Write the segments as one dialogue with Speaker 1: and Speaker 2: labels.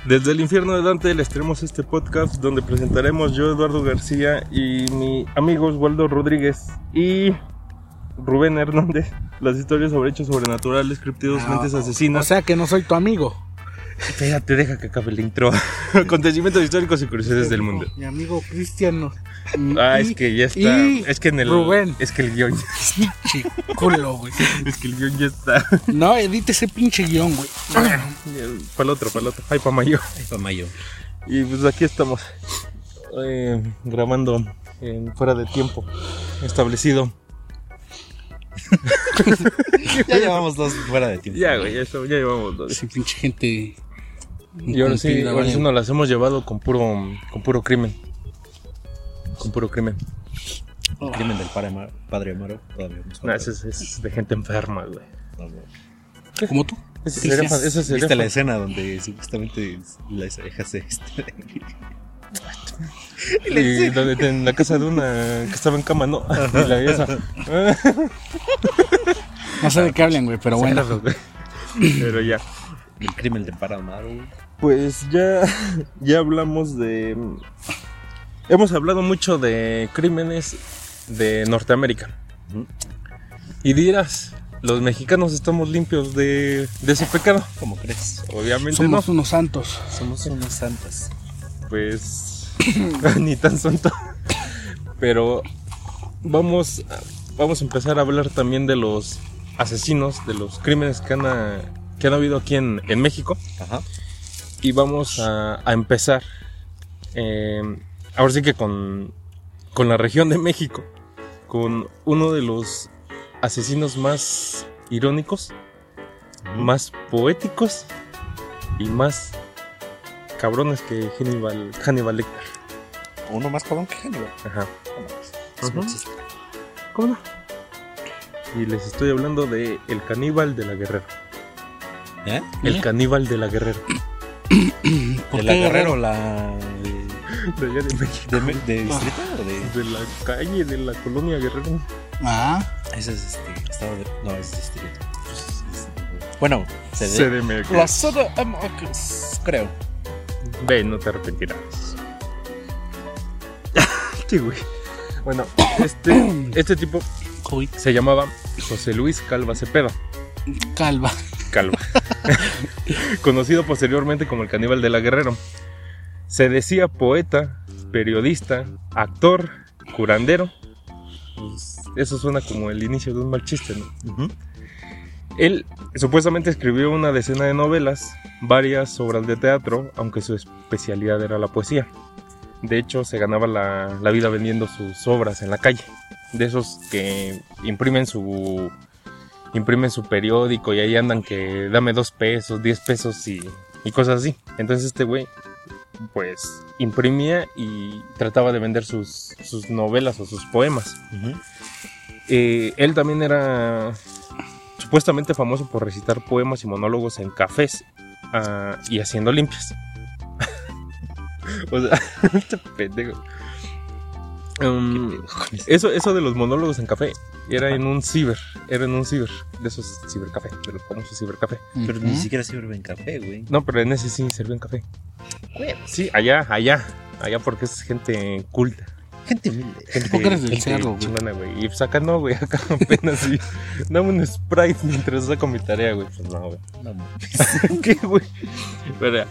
Speaker 1: Desde el infierno de Dante les traemos este podcast donde presentaremos yo, Eduardo García, y mi amigo Oswaldo Rodríguez y Rubén Hernández las historias sobre hechos sobrenaturales, criptidos, mentes asesinas.
Speaker 2: O sea que no soy tu amigo.
Speaker 1: Espérate, deja que acabe el intro. Acontecimientos históricos y curiosidades del mundo.
Speaker 2: Mi amigo Cristiano.
Speaker 1: Es que ya está. Es que en el.
Speaker 2: Rubén.
Speaker 1: Es que el guión.
Speaker 2: Culo, güey.
Speaker 1: Es que el guión ya está.
Speaker 2: No, edite ese pinche guión, güey.
Speaker 1: Para el otro. Ay, para mayo. Y pues aquí estamos. Grabando fuera de tiempo establecido.
Speaker 3: Ya llevamos dos fuera de tiempo.
Speaker 1: Ya, güey, ya llevamos dos.
Speaker 2: Esa pinche gente.
Speaker 1: Y ahora sí nos las hemos llevado con puro crimen. Con puro crimen.
Speaker 3: El crimen del padre Amaro.
Speaker 1: No, ese es de gente enferma, güey.
Speaker 2: ¿Como tú?
Speaker 3: ¿Viste la escena donde supuestamente la hija se...
Speaker 1: Y donde en la casa de una que estaba en cama, ¿no? Y la esa.
Speaker 2: No sé de qué hablan, güey, pero bueno.
Speaker 1: Pero ya.
Speaker 3: El crimen del padre Amaro, güey.
Speaker 1: Pues ya hablamos de... Hemos hablado mucho de crímenes de Norteamérica. Y dirás, los mexicanos estamos limpios de ese pecado.
Speaker 3: ¿Cómo crees?
Speaker 1: Obviamente
Speaker 2: somos
Speaker 1: no.
Speaker 2: Unos santos.
Speaker 3: Somos unos santos.
Speaker 1: Pues ni tan santo. Pero vamos a empezar a hablar también de los asesinos, de los crímenes que han habido aquí en México.
Speaker 3: Ajá.
Speaker 1: Y vamos a empezar ahora sí que con la región de México, con uno de los asesinos más irónicos, más poéticos y más cabrones que Hannibal Lecter.
Speaker 3: Uno más cabrón que Hannibal.
Speaker 1: Ajá.
Speaker 3: ¿Cómo?
Speaker 1: ¿Cómo no? Y les estoy hablando de el caníbal de la Guerrero.
Speaker 3: ¿Eh?
Speaker 1: El caníbal de la Guerrero.
Speaker 3: ¿De la Guerrero la...
Speaker 1: De allá de México.
Speaker 3: ¿De distrito o de...?
Speaker 1: De la calle, de la colonia Guerrero.
Speaker 2: Ah.
Speaker 3: Ese es estado de... No, es distrito. Bueno,
Speaker 1: CDMX.
Speaker 3: La CDMX, creo.
Speaker 1: Ve, no te arrepentirás. Sí, güey. Bueno, este tipo se llamaba José Luis Calva Cepeda.
Speaker 2: Calva.
Speaker 1: Conocido posteriormente como el caníbal de la Guerrero. Se decía poeta, periodista, actor, curandero. Pues eso suena como el inicio de un mal chiste, ¿no? Él supuestamente escribió una decena de novelas, varias obras de teatro, aunque su especialidad era la poesía. De hecho, se ganaba la vida vendiendo sus obras en la calle. De esos que imprimen su periódico y ahí andan que dame 2 pesos, 10 pesos y cosas así. Entonces este güey pues imprimía y trataba de vender sus novelas o sus poemas. Él también era supuestamente famoso por recitar poemas y monólogos en cafés y haciendo limpias. O sea, este pendejo. Eso de los monólogos en café era en un ciber, de esos cibercafé, de los famosos cibercafé.
Speaker 3: Pero ni siquiera sirven café, güey.
Speaker 1: No, pero en ese sí servían café. Sí, allá porque es gente culta.
Speaker 3: Gente humilde.
Speaker 2: ¿Por eres del cerro,
Speaker 1: güey? Y pues acá no, güey, acá apenas sí. Dame un Sprite mientras saco mi tarea, güey. Pues no, güey. No, ¿qué, güey? Pero,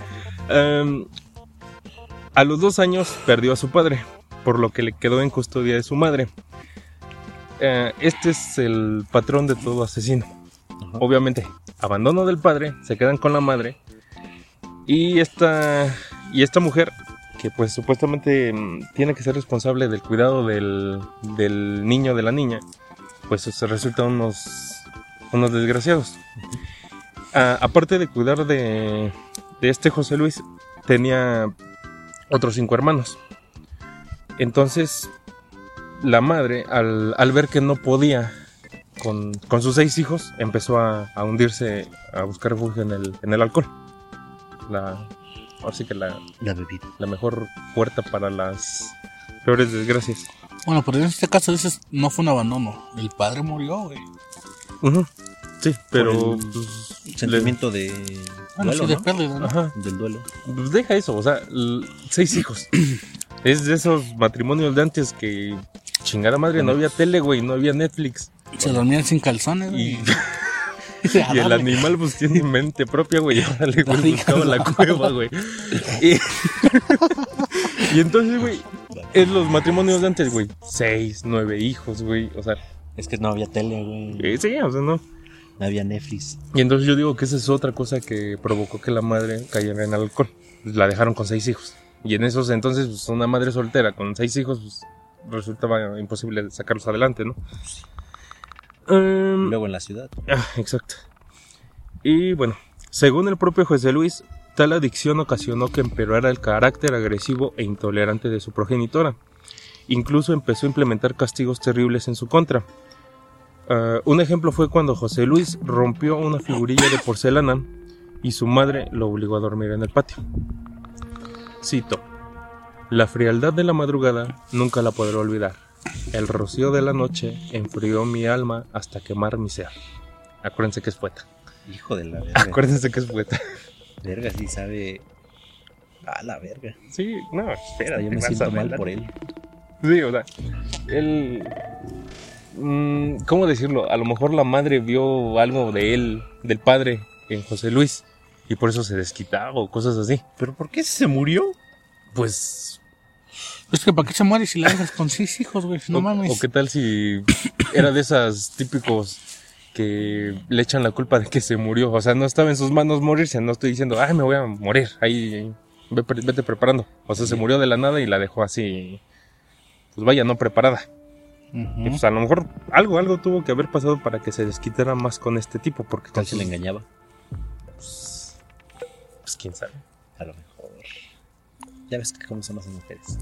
Speaker 1: a los 2 años perdió a su padre, por lo que le quedó en custodia de su madre. Este es el patrón de todo asesino. Obviamente, abandono del padre, se quedan con la madre. Y esta mujer, que pues supuestamente tiene que ser responsable del cuidado del niño, de la niña, pues se resultan unos desgraciados. Aparte de cuidar de este José Luis, tenía otros 5 hermanos. Entonces la madre, al ver que no podía con sus 6 hijos, empezó a hundirse, a buscar refugio en el alcohol. Ahora sí que la
Speaker 3: bebida,
Speaker 1: la mejor puerta para las peores desgracias.
Speaker 2: Bueno, pero en este caso dices, no fue un abandono. El padre murió, güey.
Speaker 1: Sí, pero
Speaker 3: Por el
Speaker 1: pues,
Speaker 3: sentimiento de
Speaker 2: Bueno,
Speaker 3: duelo,
Speaker 2: sí, de
Speaker 3: ¿no?
Speaker 2: pérdida, ¿no?
Speaker 1: ajá,
Speaker 3: Del duelo.
Speaker 1: pues deja eso, o sea, 6 hijos. Es de esos matrimonios de antes que chingada madre, no había tele, güey, no había Netflix.
Speaker 2: Se dormían sin calzones,
Speaker 1: Y,
Speaker 2: güey.
Speaker 1: y el animal pues tiene mente propia, güey. Órale, güey, buscaba la cueva, güey. Y, y entonces, güey, es los matrimonios de antes, güey. 6, 9 hijos, güey. O sea,
Speaker 3: Es que no había tele, güey.
Speaker 1: sí, o sea, no.
Speaker 3: No había Netflix.
Speaker 1: Y entonces yo digo que esa es otra cosa que provocó que la madre cayera en alcohol. La dejaron con 6 hijos. Y en esos entonces, pues, una madre soltera con 6 hijos, pues, resultaba imposible sacarlos adelante, ¿no?
Speaker 3: Luego en la ciudad.
Speaker 1: Exacto. Y bueno, según el propio José Luis, tal adicción ocasionó que empeorara el carácter agresivo e intolerante de su progenitora. Incluso empezó a implementar castigos terribles en su contra. Un ejemplo fue cuando José Luis rompió una figurilla de porcelana y su madre lo obligó a dormir en el patio. Cito: la frialdad de la madrugada nunca la podré olvidar. El rocío de la noche enfrió mi alma hasta quemar mi ser. Acuérdense que es poeta.
Speaker 3: Hijo de la verga.
Speaker 1: Acuérdense que es poeta.
Speaker 3: Verga, sí sabe. Ah, la verga.
Speaker 1: Sí, no, espera,
Speaker 3: Yo me siento mal por él.
Speaker 1: Sí, o sea, él... ¿cómo decirlo? A lo mejor la madre vio algo de él, del padre, en José Luis, y por eso se desquitaba o cosas así.
Speaker 3: ¿Pero por qué se murió?
Speaker 1: Pues...
Speaker 2: Es que ¿para qué se muere si la dejas con 6 hijos, güey? No mames.
Speaker 1: O qué tal si era de esas típicos que le echan la culpa de que se murió. O sea, no estaba en sus manos morirse. No estoy diciendo, ay, me voy a morir. Ahí, vete preparando. O sea, se murió de la nada y la dejó así, pues vaya, no preparada. Y pues a lo mejor algo tuvo que haber pasado para que se desquitara más con este tipo. Porque
Speaker 3: ¿Tal se le engañaba?
Speaker 1: Pues quién sabe.
Speaker 3: A lo mejor. Ya ves que cómo son las mujeres.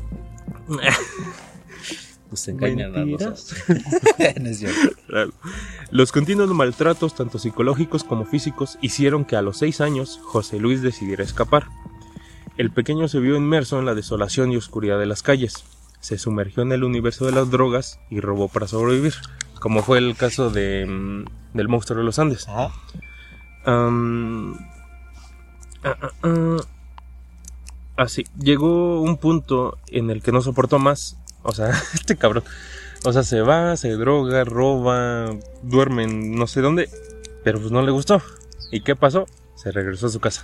Speaker 3: Pues se engañan a los dos. No es cierto.
Speaker 1: Claro. Los continuos maltratos, tanto psicológicos como físicos, hicieron que a los 6 años José Luis decidiera escapar. El pequeño se vio inmerso en la desolación y oscuridad de las calles. Se sumergió en el universo de las drogas y robó para sobrevivir, como fue el caso del monstruo de los Andes.
Speaker 3: Ajá.
Speaker 1: Así, llegó un punto en el que no soportó más. O sea, este cabrón. O sea, se va, se droga, roba, duerme en no sé dónde. Pero pues no le gustó. ¿Y qué pasó? Se regresó a su casa.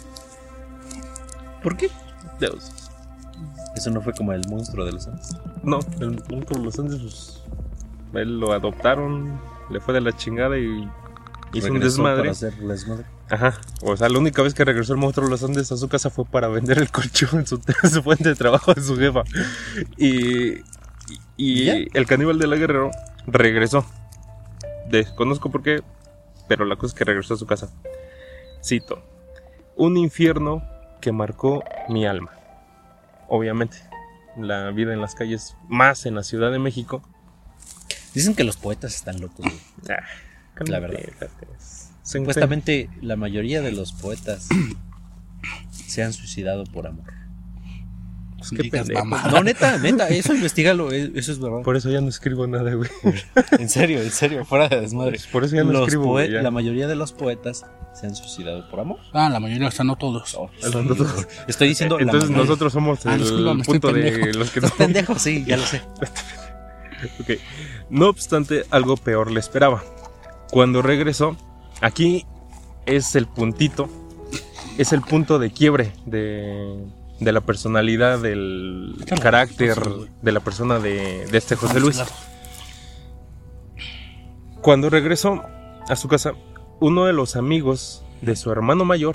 Speaker 3: ¿Por qué?
Speaker 1: Dios.
Speaker 3: Eso no fue como el monstruo de los Andes.
Speaker 1: No, el monstruo de los Andes, pues, él lo adoptaron, le fue de la chingada y hizo un
Speaker 3: Regresó
Speaker 1: desmadre.
Speaker 3: para hacer desmadre.
Speaker 1: Ajá, o sea, la única vez que regresó el monstruo de los Andes a su casa fue para vender el colchón en su fuente de trabajo de su jefa. Y
Speaker 3: ¿Ya?
Speaker 1: el caníbal de la Guerrero regresó. Desconozco por qué, pero la cosa es que regresó a su casa. Cito: un infierno que marcó mi alma. Obviamente, la vida en las calles, más en la Ciudad de México.
Speaker 3: Dicen que los poetas están locos, güey. La verdad. Supuestamente la mayoría de los poetas se han suicidado por amor.
Speaker 1: Pues qué
Speaker 2: Digas
Speaker 1: pendejo.
Speaker 2: mamá.
Speaker 3: No, neta, eso investigalo, eso es verdad.
Speaker 1: Por eso ya no escribo nada, güey.
Speaker 3: En serio, fuera de desmadre.
Speaker 1: Por eso ya no escribo, güey, ya.
Speaker 3: La mayoría de los poetas se han suicidado por amor.
Speaker 2: La mayoría, o sea, no todos.
Speaker 3: Estoy diciendo la
Speaker 1: Entonces
Speaker 3: mayoría.
Speaker 1: nosotros somos el
Speaker 2: discúlpame, estoy
Speaker 1: punto de
Speaker 2: pendejo.
Speaker 1: los que no.
Speaker 3: Estás pendejo, sí, ya lo sé.
Speaker 1: Ok. No obstante, algo peor le esperaba. Cuando regresó, aquí es el puntito, es el punto de quiebre de la personalidad, del carácter de la persona de este José Luis. Cuando regresó a su casa, uno de los amigos de su hermano mayor,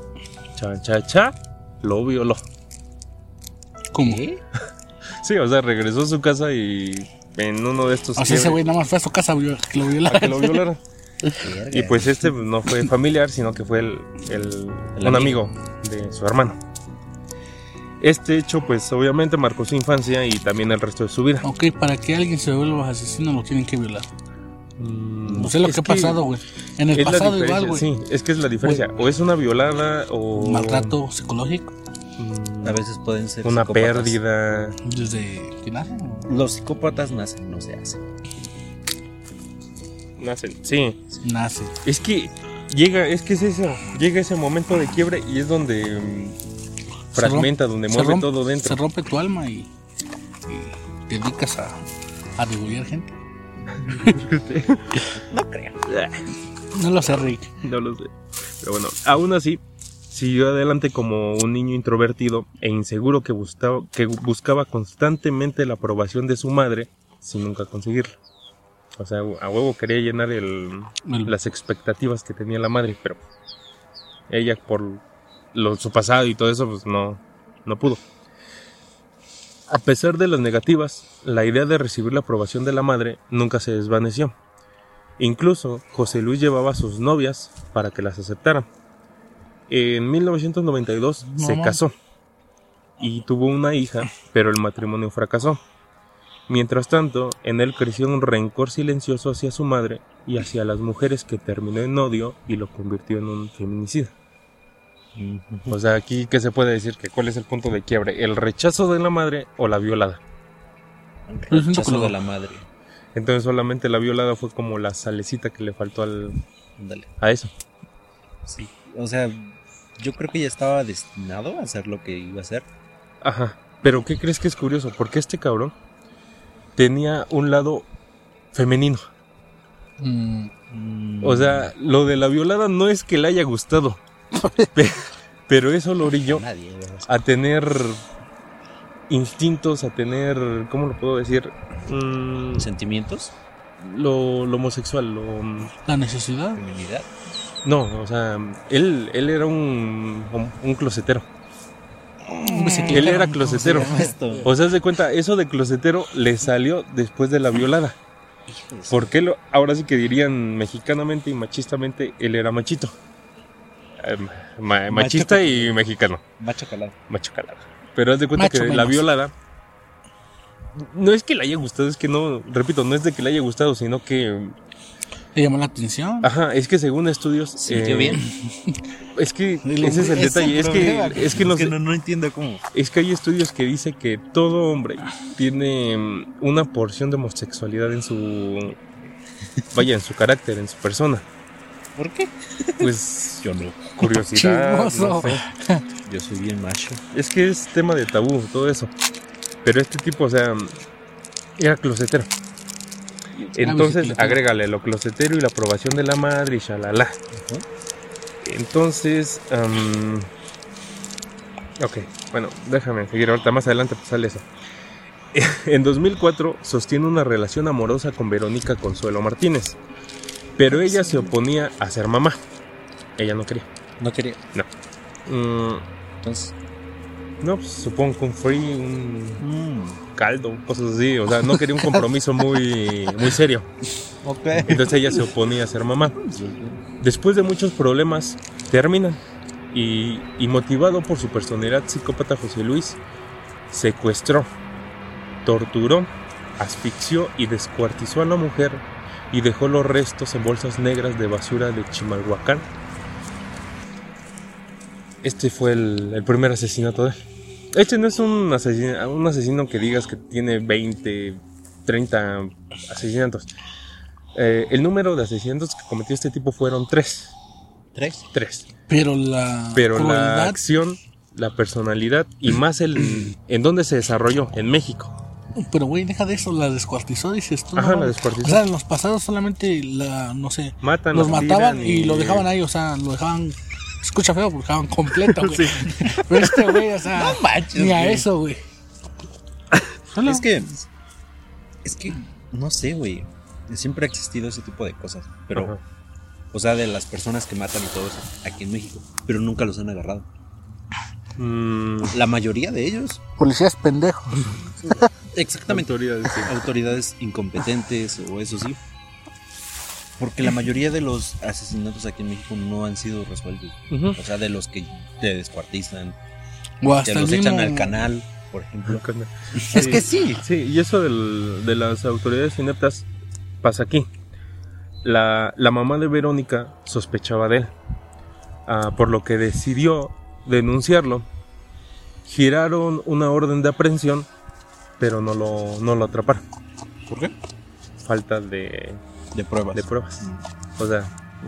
Speaker 1: lo violó.
Speaker 2: ¿Cómo?
Speaker 3: ¿Qué?
Speaker 1: Sí, o sea, regresó a su casa y en uno de estos
Speaker 2: O sea, ese güey nada más fue a su casa que lo
Speaker 1: a
Speaker 2: violaron.
Speaker 1: que lo violaron.
Speaker 3: Verga.
Speaker 1: Y pues este no fue familiar, sino que fue un amigo de su hermano. Este hecho, pues obviamente marcó su infancia y también el resto de su vida.
Speaker 2: Ok, para que alguien se vuelva asesino lo tienen que violar. No sé lo
Speaker 1: Es
Speaker 2: que ha pasado, güey. En el
Speaker 1: es la
Speaker 2: pasado
Speaker 1: diferencia,
Speaker 2: igual, güey.
Speaker 1: sí, es que es la diferencia. O es una violada o...
Speaker 2: Maltrato psicológico.
Speaker 3: A veces pueden ser
Speaker 1: Una
Speaker 3: psicópatas.
Speaker 1: pérdida.
Speaker 2: Desde que nace.
Speaker 3: Los psicópatas nacen, no se hacen.
Speaker 1: Nacen, sí.
Speaker 2: Nace.
Speaker 1: Es que llega ese momento de quiebre y es donde fragmenta, donde mueve todo dentro.
Speaker 2: Se rompe tu alma y te dedicas a degollar gente.
Speaker 3: No creo.
Speaker 2: No lo sé, Rick.
Speaker 1: No lo sé. Pero bueno, aún así, siguió adelante como un niño introvertido e inseguro que buscaba constantemente la aprobación de su madre sin nunca conseguirla. O sea, a huevo quería llenar las expectativas que tenía la madre, pero ella por su pasado y todo eso, pues no pudo. A pesar de las negativas, la idea de recibir la aprobación de la madre nunca se desvaneció. Incluso José Luis llevaba a sus novias para que las aceptaran. En 1992 se casó y tuvo una hija, pero el matrimonio fracasó. Mientras tanto, en él creció un rencor silencioso hacia su madre y hacia las mujeres que terminó en odio y lo convirtió en un feminicida. O sea, aquí, ¿qué se puede decir? ¿Cuál es el punto de quiebre? ¿El rechazo de la madre o la violada?
Speaker 3: El rechazo de la madre.
Speaker 1: Entonces solamente la violada fue como la salecita que le faltó a eso.
Speaker 3: Sí, o sea, yo creo que ya estaba destinado a hacer lo que iba a hacer.
Speaker 1: Ajá, pero ¿qué crees que es curioso? Porque este cabrón tenía un lado femenino. O sea, lo de la violada no es que le haya gustado, pero eso lo orilló a tener instintos, a tener, ¿cómo lo puedo decir?
Speaker 3: ¿Sentimientos?
Speaker 1: Lo homosexual,
Speaker 2: la necesidad.
Speaker 3: ¿Feminidad?
Speaker 1: No, o sea, él era un closetero. Él era closetero. O sea, haz de cuenta, eso de closetero le salió después de la violada. Porque ahora sí que dirían mexicanamente y machistamente, él era machito. Machista y mexicano.
Speaker 3: Macho calado.
Speaker 1: Pero haz de cuenta que la violada no es que le haya gustado, es que no, repito, no es de que le haya gustado, sino que
Speaker 2: le llamó la atención.
Speaker 1: Ajá, es que según estudios
Speaker 3: sintió bien.
Speaker 1: Es que ese es el detalle, es que
Speaker 3: no entiendo cómo.
Speaker 1: Es que hay estudios que dicen que todo hombre tiene una porción de homosexualidad en su carácter, en su persona.
Speaker 3: ¿Por qué?
Speaker 1: Pues
Speaker 3: yo no.
Speaker 1: Curiosidad. No sé.
Speaker 3: Yo soy bien macho.
Speaker 1: Es que es tema de tabú, todo eso. Pero este tipo, o sea, era closetero. Entonces, agrégale lo closetero y la aprobación de la madre y shalala. Entonces, ok, bueno, déjame seguir ahorita, más adelante pues sale eso. En 2004 sostiene una relación amorosa con Verónica Consuelo Martínez, pero ella se oponía a ser mamá. Ella no quería.
Speaker 3: ¿No quería?
Speaker 1: No.
Speaker 3: Entonces,
Speaker 1: no, pues, supongo que un free, un caldo, cosas así. O sea, no quería un compromiso muy serio.
Speaker 3: Okay.
Speaker 1: Entonces ella se oponía a ser mamá. Después de muchos problemas, terminan. Y motivado por su personalidad psicópata, José Luis secuestró, torturó, asfixió y descuartizó a la mujer y dejó los restos en bolsas negras de basura de Chimalhuacán. Este fue el primer asesinato de él. Este no es un asesino que digas que tiene 20, 30 asesinatos. El número de asesinatos que cometió este tipo fueron 3. ¿Tres?
Speaker 2: Pero la
Speaker 1: acción, la personalidad y más en dónde se desarrolló, en México.
Speaker 2: Pero güey, deja de eso, la descuartizó, dices tú.
Speaker 1: Ajá, la descuartizó.
Speaker 2: O sea, en los pasados solamente los mataban y lo dejaban ahí, o sea, lo dejaban, escucha feo, porque dejaban completo, güey. Sí. Pero este güey, o sea, no manches, ni a eso, güey.
Speaker 3: Es que, no sé, güey. Siempre ha existido ese tipo de cosas, pero, ajá, o sea, de las personas que matan y todo eso, aquí en México, pero nunca los han agarrado. La mayoría de ellos.
Speaker 2: Policías pendejos.
Speaker 3: Exactamente. Autoridades incompetentes o eso sí. Porque la mayoría de los asesinatos aquí en México no han sido resueltos. Uh-huh. O sea, de los que te descuartizan, o hasta te los echan al canal, por ejemplo.
Speaker 1: Sí, es que sí. Sí, y eso de las autoridades ineptas pasa aquí. La mamá de Verónica sospechaba de él, por lo que decidió denunciarlo. Giraron una orden de aprehensión, pero no lo atraparon.
Speaker 3: ¿Por qué?
Speaker 1: Falta de
Speaker 3: De pruebas.
Speaker 1: De pruebas. O sea...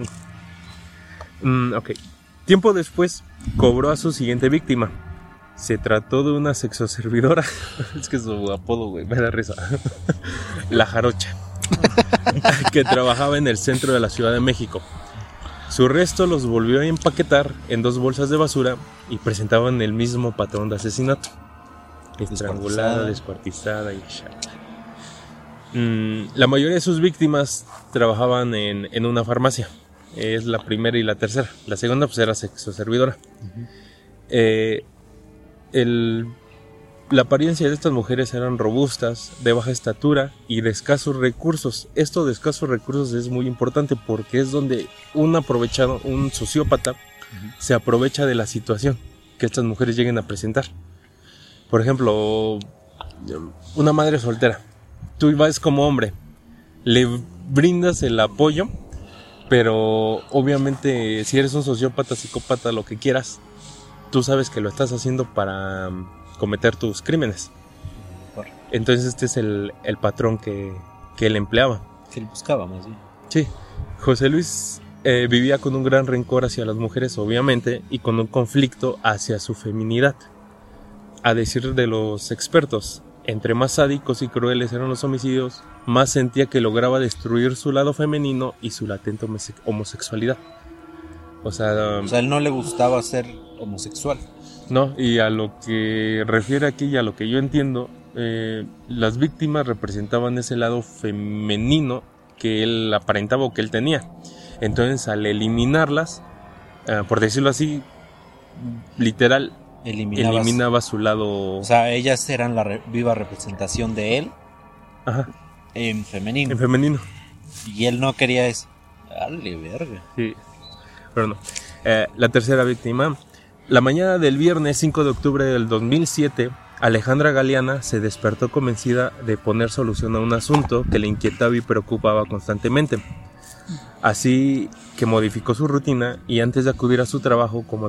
Speaker 1: ok. Tiempo después, cobró a su siguiente víctima. Se trató de una sexoservidora. Es que su apodo, güey, me da risa. La Jarocha. Que trabajaba en el centro de la Ciudad de México. Su resto los volvió a empaquetar en 2 bolsas de basura y presentaban el mismo patrón de asesinato. Estrangulada, descuartizada y la mayoría de sus víctimas trabajaban en una farmacia. Es la primera y la tercera. La segunda pues era sexoservidora. La apariencia de estas mujeres eran robustas, de baja estatura y de escasos recursos. Esto de escasos recursos es muy importante porque es donde un sociópata se aprovecha de la situación que estas mujeres lleguen a presentar. Por ejemplo, una madre soltera. Tú vas como hombre, le brindas el apoyo, pero obviamente si eres un sociópata, psicópata, lo que quieras, tú sabes que lo estás haciendo para cometer tus crímenes. Entonces este es el patrón que él empleaba.
Speaker 3: Que él buscaba más bien.
Speaker 1: Sí. José Luis vivía con un gran rencor hacia las mujeres, obviamente, y con un conflicto hacia su feminidad. A decir de los expertos, entre más sádicos y crueles eran los homicidios, más sentía que lograba destruir su lado femenino y su latente homosexualidad. O sea,
Speaker 3: a él no le gustaba ser homosexual.
Speaker 1: No, y a lo que refiere aquí y a lo que yo entiendo, las víctimas representaban ese lado femenino que él aparentaba o que él tenía. Entonces, al eliminarlas, por decirlo así, literal, eliminaba su lado...
Speaker 3: O sea, ellas eran la viva representación de él.
Speaker 1: Ajá.
Speaker 3: En femenino.
Speaker 1: En femenino.
Speaker 3: Y él no quería eso. Dale, verga.
Speaker 1: Sí, pero no. La tercera víctima... La mañana del viernes 5 de octubre del 2007, Alejandra Galeana se despertó convencida de poner solución a un asunto que le inquietaba y preocupaba constantemente. Así que modificó su rutina y antes de acudir a su trabajo como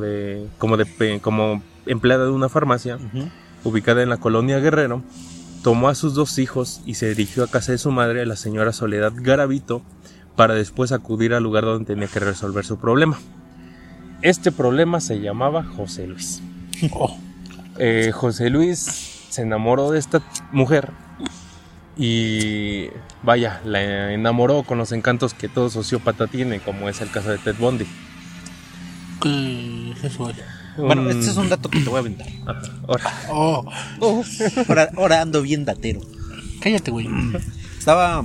Speaker 1: empleada de una farmacia, ubicada en la colonia Guerrero, tomó a sus 2 hijos y se dirigió a casa de su madre, la señora Soledad Garavito, para después acudir al lugar donde tenía que resolver su problema. Este problema se llamaba José Luis. José Luis se enamoró de esta mujer y vaya, la enamoró con los encantos que todo sociópata tiene, como es el caso de Ted Bundy.
Speaker 2: Eso es.
Speaker 3: Bueno, este es un dato que te voy a aventar. Ahora ando bien datero.
Speaker 2: Cállate, güey.
Speaker 3: Estaba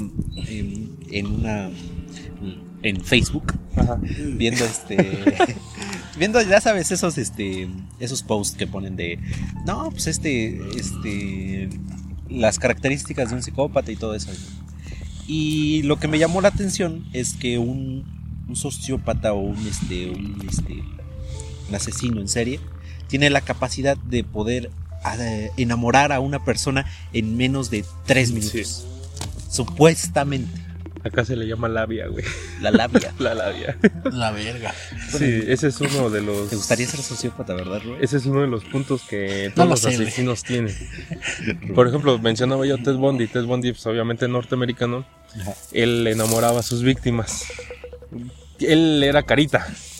Speaker 3: en Facebook, viendo viendo, ya sabes, esos posts que ponen de no, pues las características de un psicópata y todo eso. Y lo que me llamó la atención es que un sociópata o un asesino en serie tiene la capacidad de poder enamorar a una persona en menos de 3 minutos. Sí. Supuestamente.
Speaker 1: Acá se le llama labia, güey.
Speaker 3: La labia.
Speaker 1: La labia.
Speaker 2: La verga.
Speaker 1: Sí, ese es uno de los...
Speaker 3: Te gustaría ser sociópata, ¿verdad, Roy?
Speaker 1: Ese es uno de los puntos que todos los asesinos tienen. Por ejemplo, mencionaba yo Ted Bundy. Ted Bundy, pues, obviamente norteamericano. Ajá. Él enamoraba a sus víctimas. Él era carita.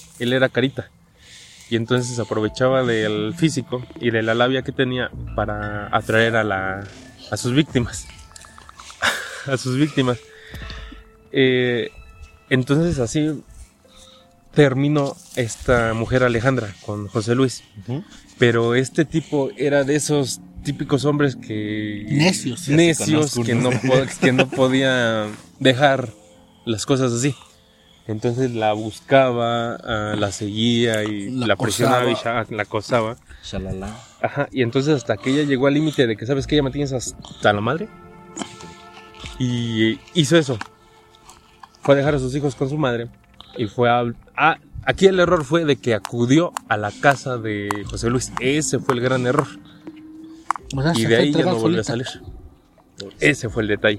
Speaker 1: Y entonces aprovechaba del físico y de la labia que tenía para atraer a sus víctimas. A sus víctimas. Entonces así terminó esta mujer Alejandra con José Luis. Pero este tipo era de esos típicos hombres que...
Speaker 2: Necios
Speaker 1: que no podía dejar las cosas así. Entonces la buscaba, la seguía y la presionaba y la acosaba.
Speaker 3: Shalala.
Speaker 1: Ajá, y entonces hasta que ella llegó al límite de que, ¿sabes qué? Ya me tienes hasta la madre. Y hizo eso. Fue a dejar a sus hijos con su madre y fue aquí el error fue de que acudió a la casa de José Luis. Ese fue el gran error. O sea, y de ahí ya no volvió a salir. Ese fue el detalle.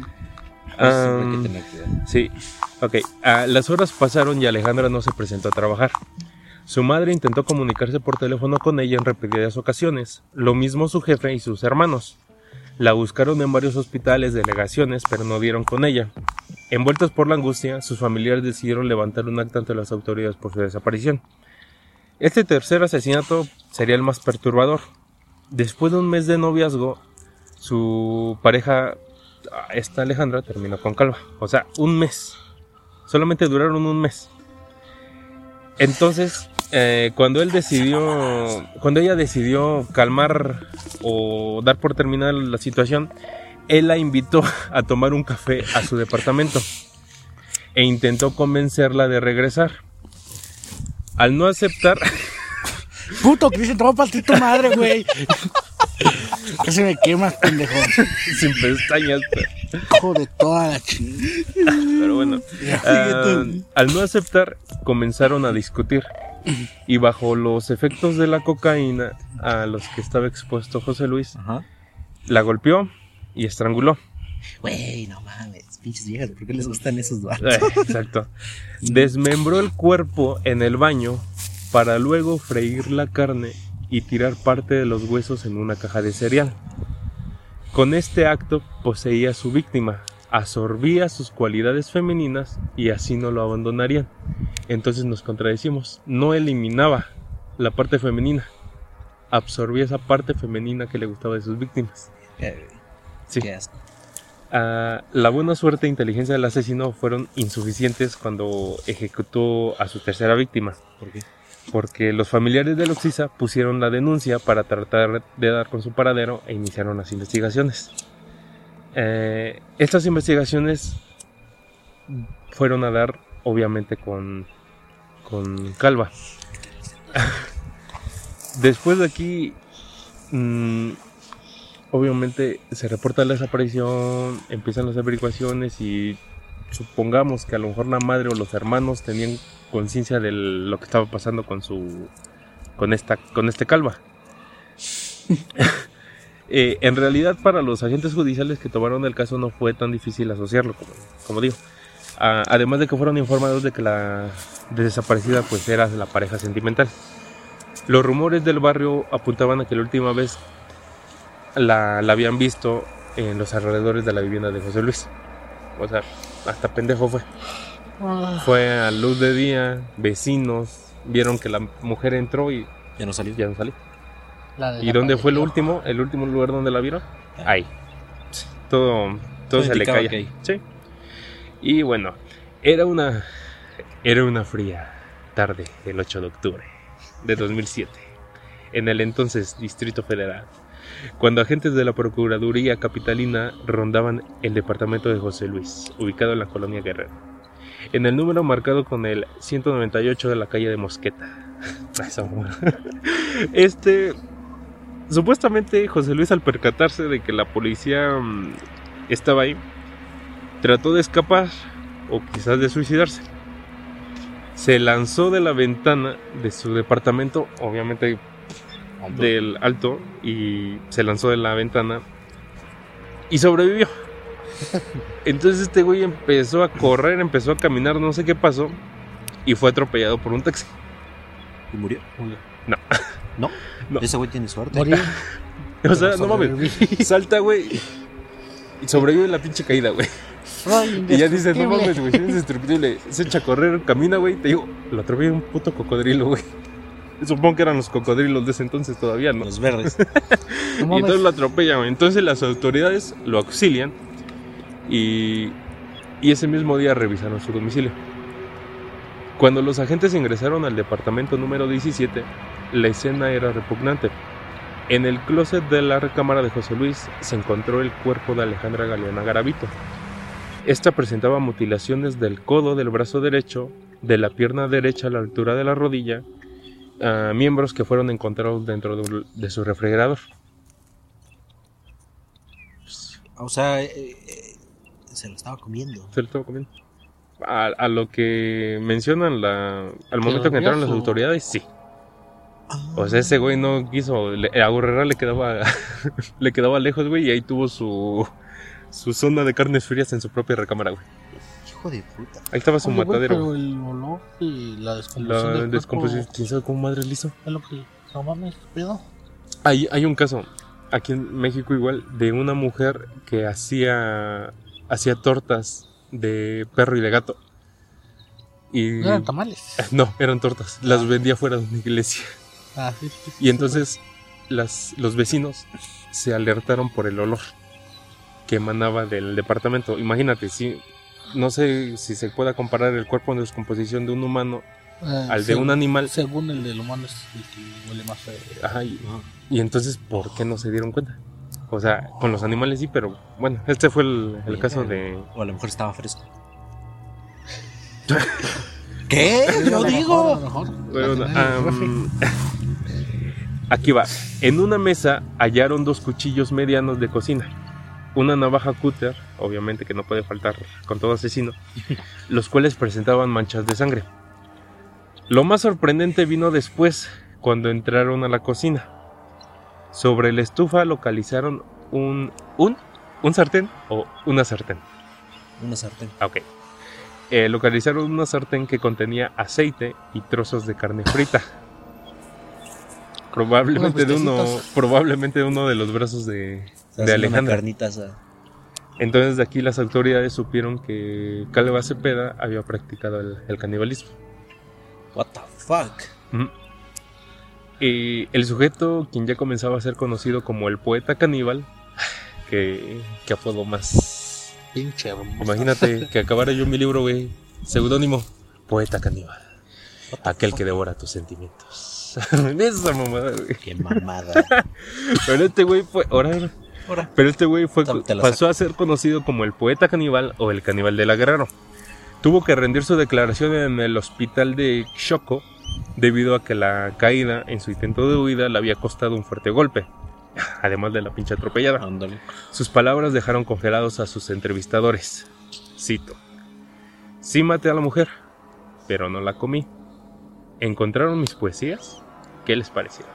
Speaker 1: Sí, ok. Las horas pasaron y Alejandra no se presentó a trabajar. Su madre intentó comunicarse por teléfono con ella en repetidas ocasiones. Lo mismo su jefe y sus hermanos. La buscaron en varios hospitales, delegaciones, pero no dieron con ella. Envueltos por la angustia, sus familiares decidieron levantar un acta ante las autoridades por su desaparición. Este tercer asesinato sería el más perturbador. Después de un mes de noviazgo, su pareja, esta Alejandra, terminó con Calva. O sea, un mes. Solamente duraron un mes. Entonces, cuando ella decidió calmar o dar por terminada la situación, él la invitó a tomar un café a su departamento e intentó convencerla de regresar. Al no aceptar...
Speaker 2: Puto, Cristian, te voy a partir tu madre, güey. Casi me quemas, pendejo.
Speaker 1: Sin pestañas.
Speaker 2: Hijo de toda la chingada.
Speaker 1: Pero bueno, al no aceptar, comenzaron a discutir. Y bajo los efectos de la cocaína a los que estaba expuesto José Luis, la golpeó y estranguló.
Speaker 3: Güey, no mames, pinches viejas, ¿por qué les gustan esos vatos?
Speaker 1: Exacto. Desmembró el cuerpo en el baño para luego freír la carne y tirar parte de los huesos en una caja de cereal. Con este acto poseía a su víctima, absorbía sus cualidades femeninas y así no lo abandonarían. Entonces nos contradecimos, no eliminaba la parte femenina, absorbía esa parte femenina que le gustaba de sus víctimas. Sí.
Speaker 3: Qué asco.
Speaker 1: La buena suerte e inteligencia del asesino fueron insuficientes cuando ejecutó a su tercera víctima.
Speaker 3: ¿Por qué?
Speaker 1: Porque los familiares de Loxiza pusieron la denuncia para tratar de dar con su paradero e iniciaron las investigaciones. Estas investigaciones fueron a dar, obviamente, con Calva. Después de aquí, obviamente, se reporta la desaparición, empiezan las averiguaciones y supongamos que a lo mejor la madre o los hermanos tenían conciencia de lo que estaba pasando con este Calva. En realidad, para los agentes judiciales que tomaron el caso no fue tan difícil asociarlo, como digo. Además de que fueron informados de que la desaparecida pues era la pareja sentimental. Los rumores del barrio apuntaban a que la última vez la habían visto en los alrededores de la vivienda de José Luis. O sea, hasta pendejo fue. Fue a luz de día, vecinos vieron que la mujer entró y
Speaker 3: ya no salió.
Speaker 1: ¿Y dónde fue el último lugar donde la vieron? Ahí. Todo se le caía. Sí. Y bueno, era una fría tarde del 8 de octubre de 2007 en el entonces Distrito Federal, cuando agentes de la Procuraduría Capitalina rondaban el departamento de José Luis, ubicado en la colonia Guerrero, en el número marcado con el 198 de la calle de Mosqueta. Supuestamente José Luis, al percatarse de que la policía estaba ahí, trató de escapar o quizás de suicidarse. Se lanzó de la ventana de su departamento, obviamente del alto, y se lanzó de la ventana y sobrevivió. Entonces este güey empezó a correr, empezó a caminar, no sé qué pasó, y fue atropellado por un taxi.
Speaker 3: ¿Y murió?
Speaker 1: No.
Speaker 3: ¿No? Ese güey tiene suerte.
Speaker 1: O sea, no mames. Salta, güey, y sobrevive la pinche caída, güey. Y ya dices, no mames, güey, es indestructible. Se echa a correr, camina, güey. Te digo, lo atropella un puto cocodrilo, güey. Supongo que eran los cocodrilos de ese entonces todavía, ¿no?
Speaker 3: Los verdes.
Speaker 1: Y entonces lo atropellan, güey. Entonces las autoridades lo auxilian y ese mismo día revisaron su domicilio. Cuando los agentes ingresaron al departamento número 17, la escena era repugnante. En el closet de la recámara de José Luis se encontró el cuerpo de Alejandra Galeana Garavito. Esta presentaba mutilaciones del codo del brazo derecho, de la pierna derecha a la altura de la rodilla, miembros que fueron encontrados dentro de su refrigerador.
Speaker 3: O sea, se lo estaba comiendo.
Speaker 1: Se lo estaba comiendo. A lo que mencionan al momento que entraron las autoridades, sí. O sea, ese güey no quiso. A Gurrera le quedaba lejos, güey, y ahí tuvo su zona de carnes frías en su propia recámara, güey.
Speaker 3: Hijo de puta.
Speaker 1: Ahí estaba su matadero.
Speaker 2: Pero el olor y la descomposición.
Speaker 1: ¿Quién sabe cómo madre le hizo?
Speaker 2: Es lo que no mames, pedo.
Speaker 1: Hay un caso aquí en México igual de una mujer que hacía tortas de perro y de gato. Y
Speaker 2: ¿No eran tamales?
Speaker 1: No, eran tortas. Las vendía fuera de una iglesia.
Speaker 2: Sí.
Speaker 1: Y entonces los vecinos se alertaron por el olor que emanaba del departamento. Imagínate, no sé si se pueda comparar el cuerpo en descomposición de un humano al de un animal.
Speaker 2: Según el del humano es el que huele más feo.
Speaker 1: Ajá, y entonces, ¿por qué no se dieron cuenta? O sea, con los animales sí, pero bueno, este fue el caso de...
Speaker 3: O a lo mejor estaba fresco.
Speaker 2: ¿Qué? Yo digo.
Speaker 1: Bueno, aquí va. En una mesa hallaron 2 cuchillos medianos de cocina, una navaja cúter, obviamente que no puede faltar con todo asesino, los cuales presentaban manchas de sangre. Lo más sorprendente vino después, cuando entraron a la cocina. Sobre la estufa localizaron un sartén o una sartén.
Speaker 3: Una sartén.
Speaker 1: Ok. Localizaron una sartén que contenía aceite y trozos de carne frita. Probablemente de uno de los brazos de Alejandra. Entonces de aquí las autoridades supieron que Calva Cepeda había practicado el canibalismo.
Speaker 3: What the fuck?
Speaker 1: El sujeto, quien ya comenzaba a ser conocido como el poeta caníbal, que apodo más...
Speaker 2: Pinche hermoso.
Speaker 1: Imagínate que acabara yo mi libro, güey, seudónimo, poeta caníbal, aquel que devora tus sentimientos. Esa mamada, güey.
Speaker 3: Qué mamada.
Speaker 1: Pero este güey fue... Pero este güey pasó a ser conocido como el poeta caníbal o el caníbal de la Guerrero. Tuvo que rendir su declaración en el hospital de Xoco debido a que la caída en su intento de huida le había costado un fuerte golpe, además de la pinche atropellada.
Speaker 3: Ándale.
Speaker 1: Sus palabras dejaron congelados a sus entrevistadores. Cito: sí maté a la mujer, pero no la comí. ¿Encontraron mis poesías? ¿Qué les parecieron?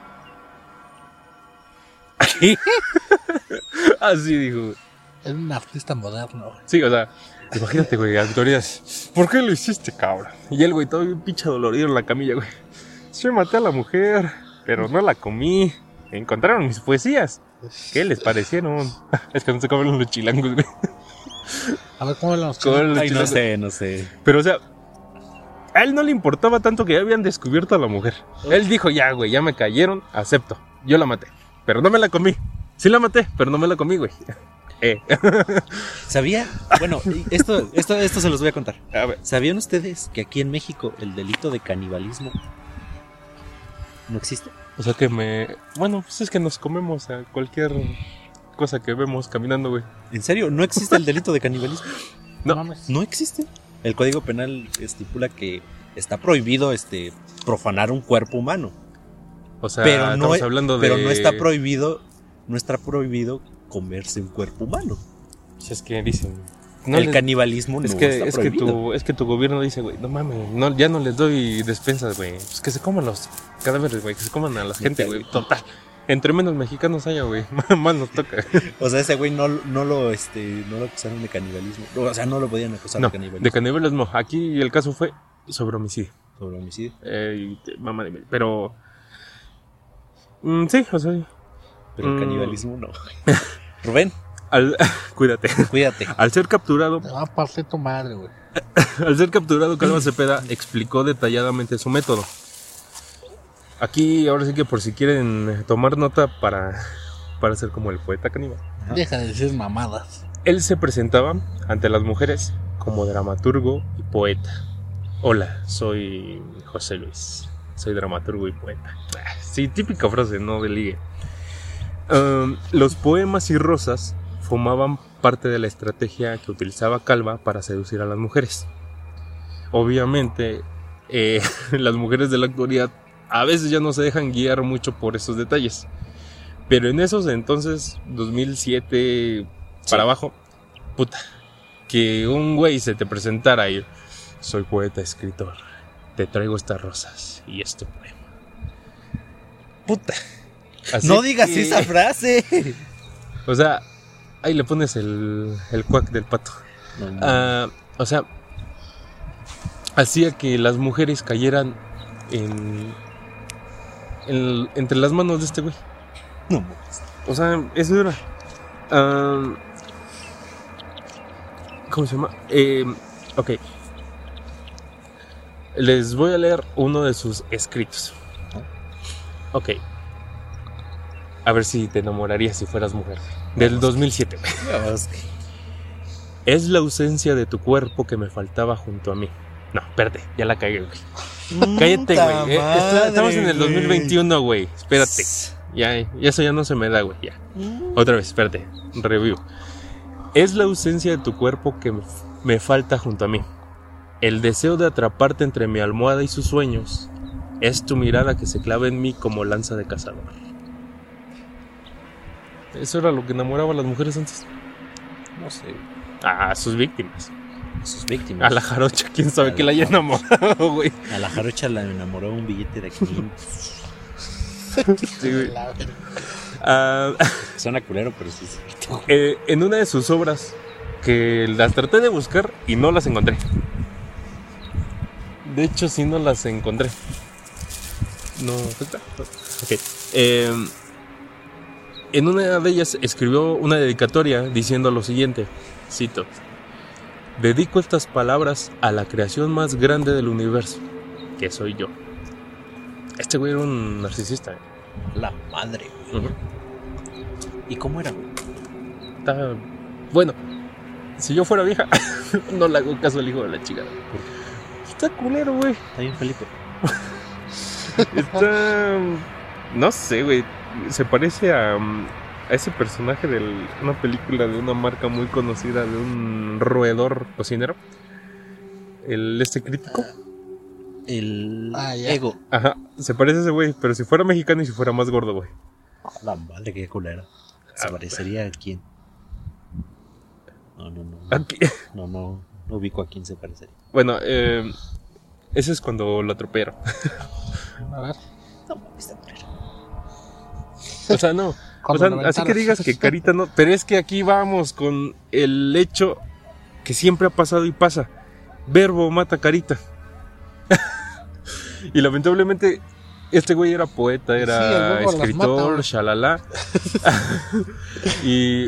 Speaker 1: Así dijo.
Speaker 2: Es un artista moderno.
Speaker 1: Sí, o sea, imagínate, güey, autoridades. ¿Por qué lo hiciste, cabrón? Y el güey todo bien pinche dolorido en la camilla, güey. Sí maté a la mujer, pero no la comí. ¿Encontraron mis poesías? ¿Qué les parecieron? Es que no sé cómo hablan los chilangos, güey.
Speaker 2: A ver, ¿cómo hablan los chilangos?
Speaker 3: Ay, no sé.
Speaker 1: Pero, o sea, a él no le importaba tanto que ya habían descubierto a la mujer. Él dijo, ya, güey, ya me cayeron, acepto. Yo la maté, pero no me la comí. Sí la maté, pero no me la comí, güey.
Speaker 3: ¿Sabía? Bueno, esto se los voy a contar.
Speaker 1: A ver.
Speaker 3: ¿Sabían ustedes que aquí en México el delito de canibalismo no existe?
Speaker 1: O sea que bueno, pues es que nos comemos a cualquier cosa que vemos caminando, güey.
Speaker 3: ¿En serio? ¿No existe el delito de canibalismo?
Speaker 1: No
Speaker 3: existe. El Código Penal estipula que está prohibido profanar un cuerpo humano.
Speaker 1: O sea,
Speaker 3: pero no está prohibido comerse un cuerpo humano.
Speaker 1: Si es que dicen...
Speaker 3: el canibalismo no está prohibido.
Speaker 1: Es que tu gobierno dice, güey, no mames, ya no les doy despensas, güey. Pues que se coman los cadáveres, güey, que se coman a la gente, güey. Total. Entre menos mexicanos haya, güey, más nos toca.
Speaker 3: O sea, ese güey no lo acusaron de canibalismo. O sea, no lo podían acusar de canibalismo.
Speaker 1: De canibalismo. Aquí el caso fue sobre homicidio.
Speaker 3: Sobre homicidio.
Speaker 1: Mamá de mí. Pero... sí, o sea...
Speaker 3: Pero el canibalismo no. Rubén.
Speaker 1: Cuídate. Al ser capturado...
Speaker 2: Te va a pasar tu madre, güey.
Speaker 1: Al ser capturado, Calva Cepeda explicó detalladamente su método. Aquí, ahora sí que por si quieren tomar nota para ser como el poeta caníbal.
Speaker 2: Deja de decir mamadas.
Speaker 1: Él se presentaba ante las mujeres como dramaturgo y poeta. Hola, soy José Luis. Soy dramaturgo y poeta. Sí, típica frase, ¿no? De ligue. Los poemas y rosas formaban parte de la estrategia que utilizaba Calva para seducir a las mujeres. Obviamente, las mujeres de la actualidad a veces ya no se dejan guiar mucho por esos detalles. Pero en esos entonces, 2007 para abajo, puta, que un güey se te presentara y soy poeta, escritor, te traigo estas rosas y este poema. Puta.
Speaker 3: Así no digas esa frase.
Speaker 1: O sea, ahí le pones el cuac del pato. O sea, hacía que las mujeres cayeran entre las manos de este güey. O sea, eso era. ¿Cómo se llama? Ok. Les voy a leer uno de sus escritos. Ok. A ver si te enamorarías si fueras mujer. Del 2007. Es la ausencia de tu cuerpo que me faltaba junto a mí. No, espérate, ya la cagué, güey. Cállate, güey. Estamos en el 2021, güey. Espérate. Ya eso ya no se me da, güey. Ya. Otra vez, espérate. Review. Es la ausencia de tu cuerpo que me falta junto a mí. El deseo de atraparte entre mi almohada y sus sueños. Es tu mirada que se clava en mí como lanza de cazador. Eso era lo que enamoraba a las mujeres antes.
Speaker 3: No sé.
Speaker 1: A sus víctimas.
Speaker 3: Sus víctimas.
Speaker 1: A la jarocha, quién sabe que la haya enamorado, güey.
Speaker 3: A la jarocha la enamoró un billete de 500.
Speaker 1: Sí, güey.
Speaker 3: Suena culero, pero sí.
Speaker 1: En una de sus obras, que las traté de buscar y no las encontré. De hecho, sí no las encontré. No, ok. En una de ellas escribió una dedicatoria diciendo lo siguiente, cito: dedico estas palabras a la creación más grande del universo, que soy yo. Este güey era un narcisista.
Speaker 3: La madre, güey. ¿Y cómo era?
Speaker 1: Bueno, si yo fuera vieja, no le hago caso al hijo de la chica. Está culero, güey.
Speaker 3: Está bien, Felipe.
Speaker 1: Está... No sé, güey. Se parece a ese personaje de una película de una marca muy conocida, de un roedor cocinero. Este crítico.
Speaker 3: El Ego.
Speaker 1: Ajá, se parece a ese güey, pero si fuera mexicano y si fuera más gordo, güey.
Speaker 3: La madre, qué culera. ¿Se parecería a quién? No. No ubico a quién se parecería.
Speaker 1: Bueno, ese es cuando lo atropellaron.
Speaker 2: A ver.
Speaker 3: No mames, está culero.
Speaker 1: O sea, no. O sea, así que digas que Carita no. Pero es que aquí vamos con el hecho que siempre ha pasado y pasa. Verbo mata Carita. Y lamentablemente este güey era poeta, era escritor, shalala. Y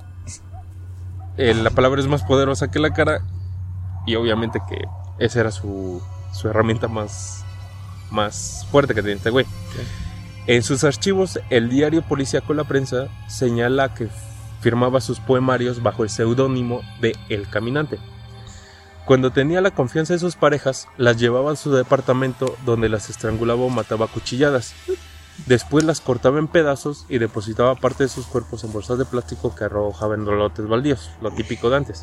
Speaker 1: la palabra es más poderosa que la cara. Y obviamente que esa era su herramienta más fuerte que tenía este güey. Okay. En sus archivos, el diario policíaco La Prensa señala que firmaba sus poemarios bajo el seudónimo de El Caminante. Cuando tenía la confianza de sus parejas, las llevaba a su departamento donde las estrangulaba o mataba a cuchilladas. Después las cortaba en pedazos y depositaba parte de sus cuerpos en bolsas de plástico que arrojaba en lotes baldíos, lo típico de antes.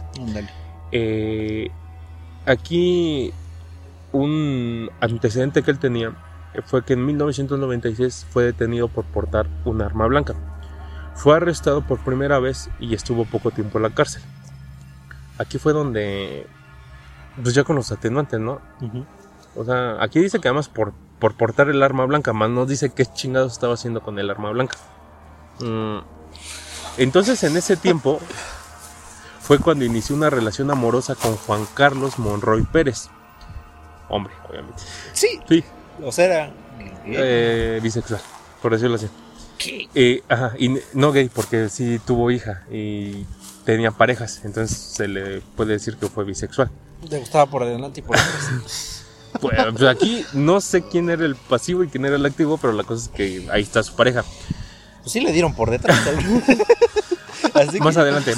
Speaker 1: Aquí un antecedente que él tenía fue que en 1996 fue detenido por portar un arma blanca. Fue arrestado por primera vez y estuvo poco tiempo en la cárcel. Aquí fue donde... Pues ya con los atenuantes, ¿no? Uh-huh. O sea, aquí dice que además por portar el arma blanca, más no dice qué chingados estaba haciendo con el arma blanca. Entonces, en ese tiempo fue cuando inició una relación amorosa con Juan Carlos Monroy Pérez. Hombre, obviamente.
Speaker 3: Sí. O sea, era
Speaker 1: bisexual, por decirlo así.
Speaker 3: ¿Qué?
Speaker 1: Ajá, y no gay, porque sí tuvo hija y tenía parejas, entonces se le puede decir que fue bisexual.
Speaker 3: Te gustaba por adelante y por atrás.
Speaker 1: Pues aquí no sé quién era el pasivo y quién era el activo, pero la cosa es que ahí está su pareja.
Speaker 3: Pues sí le dieron por detrás.
Speaker 1: Así más adelante.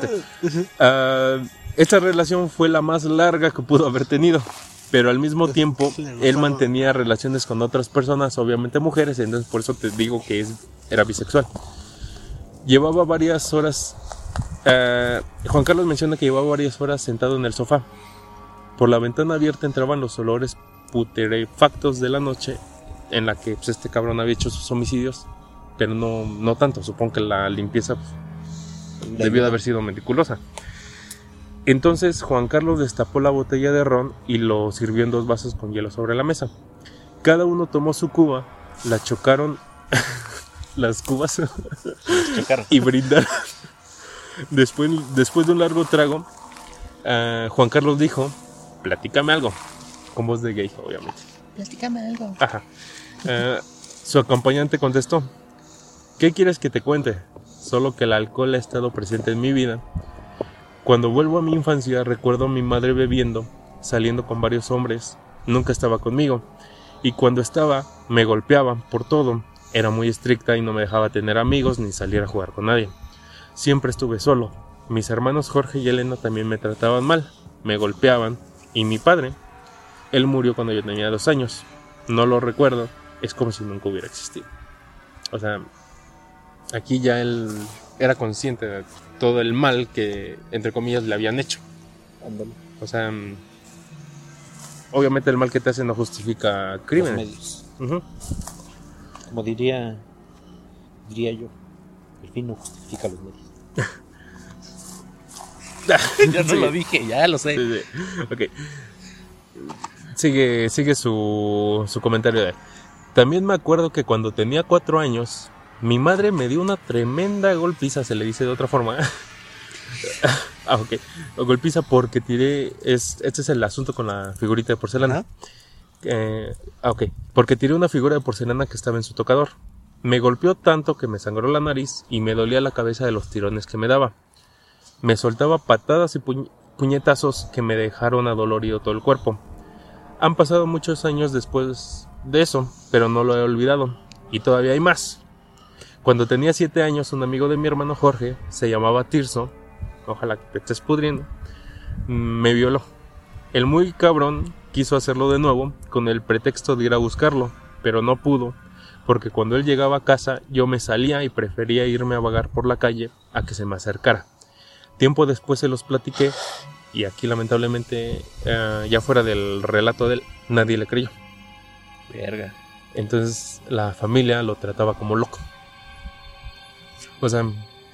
Speaker 1: Esta relación fue la más larga que pudo haber tenido, pero al mismo tiempo él mantenía relaciones con otras personas, obviamente mujeres, entonces por eso te digo que era bisexual. Llevaba varias horas... Juan Carlos menciona que llevaba varias horas sentado en el sofá. Por la ventana abierta entraban los olores putrefactos de la noche en la que pues, este cabrón había hecho sus homicidios, pero no tanto. Supongo que la limpieza debió de haber sido meticulosa. Entonces Juan Carlos destapó la botella de ron y lo sirvió en 2 vasos con hielo sobre la mesa. Cada uno tomó su cuba, la chocaron las cubas y brindaron. Después de un largo trago, Juan Carlos dijo: platícame algo, con voz de gay, obviamente.
Speaker 2: Platícame algo.
Speaker 1: Ajá. Su acompañante contestó: ¿qué quieres que te cuente? Solo que el alcohol ha estado presente en mi vida. Cuando vuelvo a mi infancia, recuerdo a mi madre bebiendo, saliendo con varios hombres. Nunca estaba conmigo. Y cuando estaba, me golpeaba por todo. Era muy estricta y no me dejaba tener amigos ni salir a jugar con nadie. Siempre estuve solo. Mis hermanos Jorge y Elena también me trataban mal, me golpeaban. Y mi padre, él murió cuando yo tenía 2 años. No lo recuerdo, es como si nunca hubiera existido. O sea, aquí ya él era consciente de todo el mal que, entre comillas, le habían hecho. O sea, obviamente el mal que te hace no justifica crímenes.
Speaker 3: Uh-huh. Como diría yo, el fin no justifica los medios.
Speaker 2: Ya no lo dije, ya lo sé.
Speaker 1: Sí. Ok. Sigue su comentario de él. También me acuerdo que cuando tenía 4 años, mi madre me dio una tremenda golpiza, se le dice de otra forma. Ok. Golpiza porque tiré. Este es el asunto con la figurita de porcelana. Ok. Porque tiré una figura de porcelana que estaba en su tocador. Me golpeó tanto que me sangró la nariz y me dolía la cabeza de los tirones que me daba. Me soltaba patadas y puñetazos que me dejaron adolorido todo el cuerpo. Han pasado muchos años después de eso, pero no lo he olvidado. Y todavía hay más. Cuando tenía 7 años, un amigo de mi hermano Jorge, se llamaba Tirso, ojalá que te estés pudriendo, me violó. El muy cabrón quiso hacerlo de nuevo con el pretexto de ir a buscarlo, pero no pudo, porque cuando él llegaba a casa yo me salía y prefería irme a vagar por la calle a que se me acercara. Tiempo después se los platiqué y aquí lamentablemente, ya fuera del relato de él, nadie le creyó.
Speaker 3: Verga.
Speaker 1: Entonces la familia lo trataba como loco. O sea,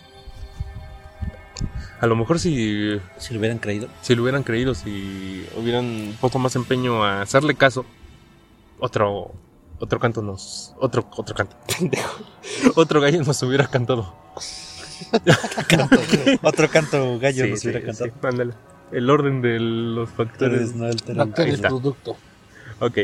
Speaker 1: a lo mejor si
Speaker 3: lo hubieran creído.
Speaker 1: Si lo hubieran creído, si hubieran puesto más empeño a hacerle caso, otro canto. Otro gallo nos hubiera cantado.
Speaker 3: Otro canto gallo nos hubiera cantado.
Speaker 1: Sí, ándale. El orden de los factores
Speaker 2: no altera el producto.
Speaker 1: Ok.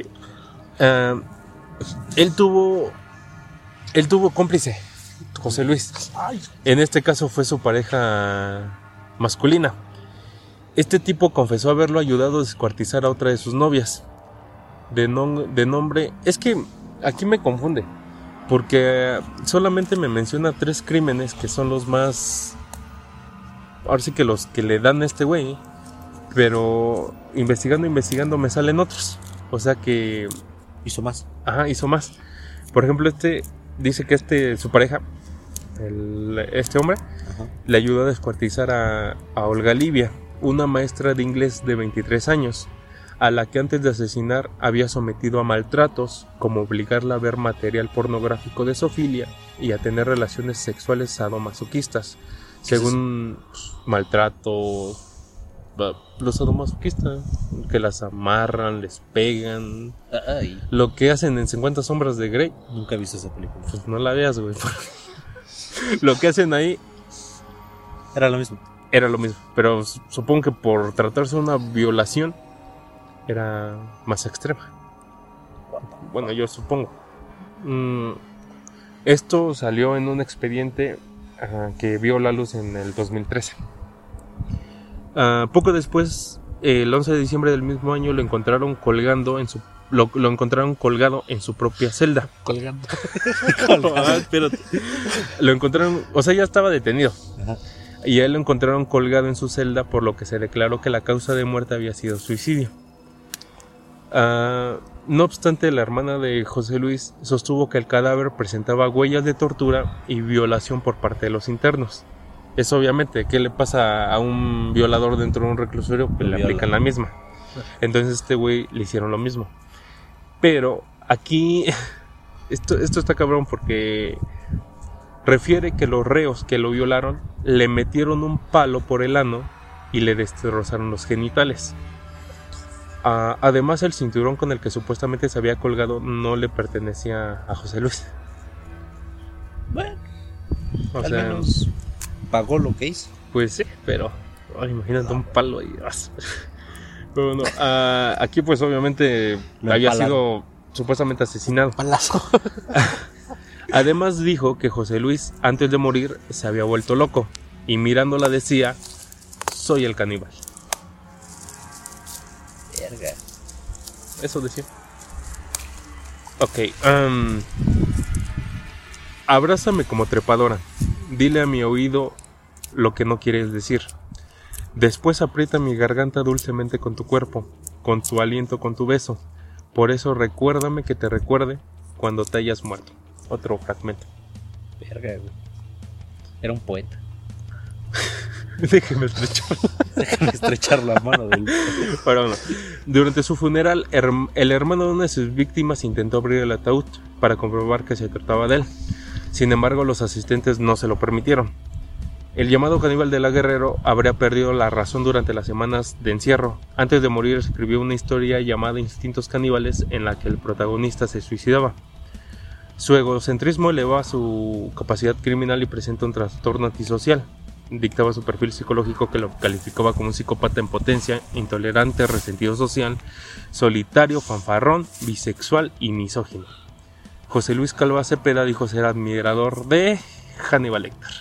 Speaker 1: Él tuvo cómplice, José Luis. En este caso fue su pareja masculina. Este tipo confesó haberlo ayudado a descuartizar a otra de sus novias. De nombre... Es que aquí me confunde. Porque solamente me menciona 3 crímenes que son los más... Ahora sí que los que le dan a este güey. Pero investigando me salen otros. O sea que...
Speaker 3: Hizo más.
Speaker 1: Ajá, hizo más. Por ejemplo, dice que su pareja, este hombre, ajá, le ayudó a descuartizar a Olga Livia, una maestra de inglés de 23 años, a la que antes de asesinar había sometido a maltratos, como obligarla a ver material pornográfico de zoofilia y a tener relaciones sexuales sadomasoquistas. Según maltrato, los sadomasoquistas, que las amarran, les pegan.
Speaker 3: Ay.
Speaker 1: Lo que hacen en 50 sombras de Grey.
Speaker 3: Nunca he visto esa película.
Speaker 1: Pues no la veas, güey. Lo que hacen ahí
Speaker 3: era lo mismo,
Speaker 1: pero supongo que por tratarse de una violación era más extrema. Bueno, yo supongo. Esto salió en un expediente que vio la luz en el 2013. Poco después, el 11 de diciembre del mismo año, lo encontraron colgando lo encontraron colgado en su propia celda.
Speaker 2: Colgando.
Speaker 1: Espérate. Lo encontraron, o sea, ya estaba detenido. Ajá. Y a él lo encontraron colgado en su celda, por lo que se declaró que la causa de muerte había sido suicidio. No obstante, la hermana de José Luis sostuvo que el cadáver presentaba huellas de tortura y violación por parte de los internos. Es obviamente, ¿qué le pasa a un violador dentro de un reclusorio? Pues le aplican la misma. Entonces este güey le hicieron lo mismo. Pero aquí esto está cabrón, porque refiere que los reos que lo violaron le metieron un palo por el ano y le destrozaron los genitales. Además, el cinturón con el que supuestamente se había colgado no le pertenecía a José Luis.
Speaker 3: Bueno, al menos pagó lo que hizo.
Speaker 1: Pues sí, pero imagínate un palo y... Pero no, aquí pues obviamente había sido supuestamente asesinado.
Speaker 2: Palazo.
Speaker 1: Además dijo que José Luis, antes de morir, se había vuelto loco y mirándola decía: soy el caníbal.
Speaker 3: Verga.
Speaker 1: Eso decía. Ok. Abrázame como trepadora. Dile a mi oído lo que no quieres decir. Después aprieta mi garganta dulcemente con tu cuerpo, con tu aliento, con tu beso. Por eso recuérdame que te recuerde cuando te hayas muerto. Otro fragmento.
Speaker 3: Verga, güey. Era un poeta.
Speaker 1: Déjeme
Speaker 3: estrechar la mano del...
Speaker 1: Pero no. Durante su funeral, el hermano de una de sus víctimas intentó abrir el ataúd para comprobar que se trataba de él. Sin embargo, los asistentes no se lo permitieron. El llamado caníbal de la Guerrero habría perdido la razón durante las semanas de encierro. Antes de morir escribió una historia llamada Instintos Caníbales en la que el protagonista se suicidaba. Su egocentrismo eleva su capacidad criminal y presenta un trastorno antisocial. Dictaba su perfil psicológico que lo calificaba como un psicópata en potencia, intolerante, resentido social, solitario, fanfarrón, bisexual y misógino. José Luis Calva Cepeda dijo ser admirador de Hannibal Lecter.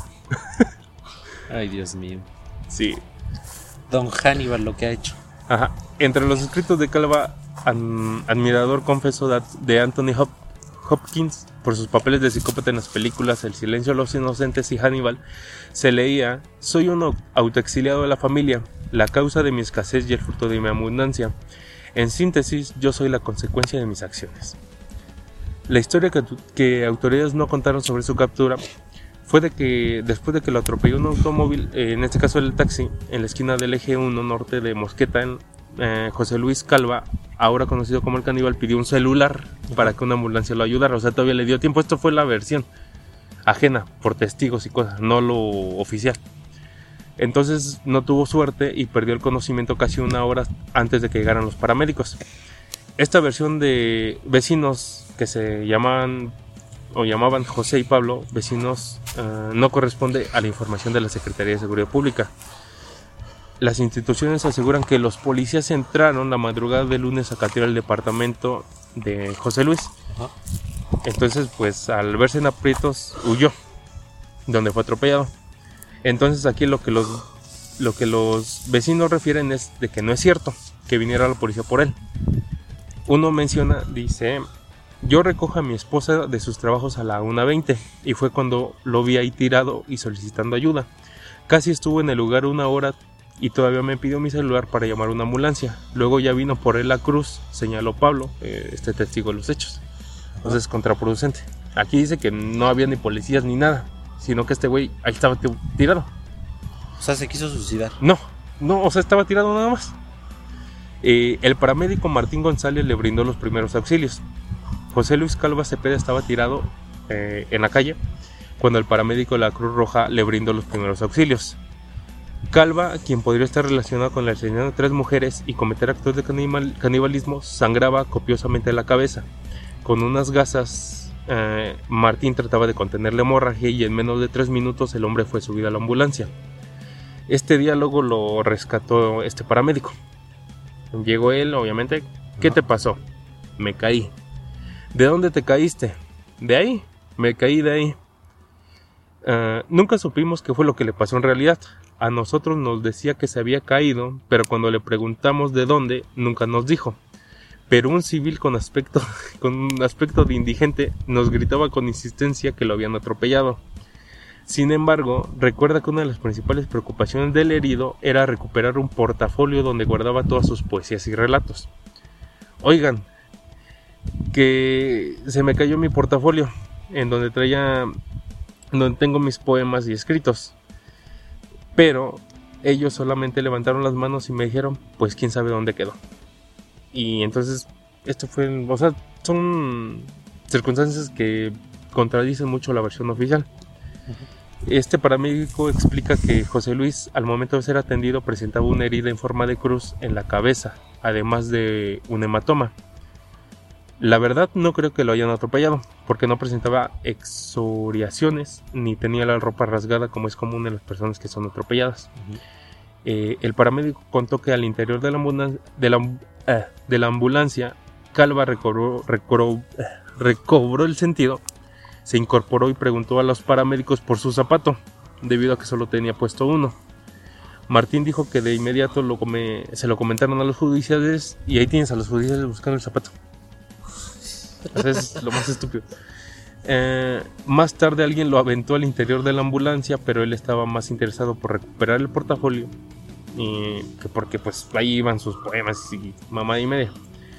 Speaker 3: Ay, Dios mío.
Speaker 1: Sí.
Speaker 3: Don Hannibal lo que ha hecho.
Speaker 1: Ajá. Entre los escritos de Calva, admirador confeso de Anthony Hopkins por sus papeles de psicópata en las películas El silencio de los inocentes y Hannibal, se leía: soy un autoexiliado de la familia, la causa de mi escasez y el fruto de mi abundancia. En síntesis, yo soy la consecuencia de mis acciones. La historia que autoridades no contaron sobre su captura fue de que después de que lo atropelló un automóvil, en este caso el taxi, en la esquina del eje 1 norte de Mosqueta, José Luis Calva, ahora conocido como el caníbal, pidió un celular para que una ambulancia lo ayudara. O sea, todavía le dio tiempo. Esto fue la versión ajena por testigos y cosas, no lo oficial. Entonces no tuvo suerte y perdió el conocimiento casi una hora antes de que llegaran los paramédicos. Esta versión de vecinos que se llamaban José y Pablo, vecinos, no corresponde a la información de la Secretaría de Seguridad Pública. Las instituciones aseguran que los policías entraron la madrugada del lunes a catear el departamento de José Luis. Ajá. Entonces, pues al verse en aprietos, huyó, donde fue atropellado. Entonces aquí lo que los vecinos refieren es de que no es cierto que viniera la policía por él. Uno menciona, dice: yo recojo a mi esposa de sus trabajos a la 1:20 y fue cuando lo vi ahí tirado y solicitando ayuda. Casi estuvo en el lugar 1 hora y todavía me pidió mi celular para llamar a una ambulancia. Luego ya vino por él la cruz, señaló Pablo, este testigo de los hechos. Entonces es contraproducente. Aquí dice que no había ni policías ni nada, sino que este güey ahí estaba tirado.
Speaker 3: O sea, se quiso suicidar.
Speaker 1: No, o sea, estaba tirado nada más. El paramédico Martín González le brindó los primeros auxilios. José Luis Calva Cepeda estaba tirado en la calle cuando el paramédico de la Cruz Roja le brindó los primeros auxilios. Calva, quien podría estar relacionado con el asesinato de 3 mujeres y cometer actos de canibalismo, sangraba copiosamente la cabeza. Con unas gasas, Martín trataba de contener la hemorragia y en menos de 3 minutos el hombre fue subido a la ambulancia. Este diálogo lo rescató este paramédico. Llegó él, obviamente. ¿Qué te pasó? Me caí. ¿De dónde te caíste? ¿De ahí? Me caí de ahí. Nunca supimos qué fue lo que le pasó en realidad. A nosotros nos decía que se había caído, pero cuando le preguntamos de dónde, nunca nos dijo. Pero un civil con un aspecto de indigente nos gritaba con insistencia que lo habían atropellado. Sin embargo, recuerda que una de las principales preocupaciones del herido era recuperar un portafolio donde guardaba todas sus poesías y relatos. Oigan, que se me cayó mi portafolio, en donde tengo mis poemas y escritos. Pero ellos solamente levantaron las manos y me dijeron, pues quién sabe dónde quedó. Y entonces, esto fue, o sea, son circunstancias que contradicen mucho la versión oficial. Este paramédico explica que José Luis, al momento de ser atendido, presentaba una herida en forma de cruz en la cabeza, además de un hematoma. La verdad, no creo que lo hayan atropellado, porque no presentaba exoriaciones ni tenía la ropa rasgada como es común en las personas que son atropelladas. El paramédico contó que al interior de la ambulancia, Calva recobró el sentido, se incorporó y preguntó a los paramédicos por su zapato, debido a que solo tenía puesto uno. Martín dijo que de inmediato se lo comentaron a los judiciales y ahí tienes a los judiciales buscando el zapato. Eso es lo más estúpido. Más tarde alguien lo aventó al interior de la ambulancia, pero él estaba más interesado por recuperar el portafolio que porque pues ahí iban sus poemas y mamá y media.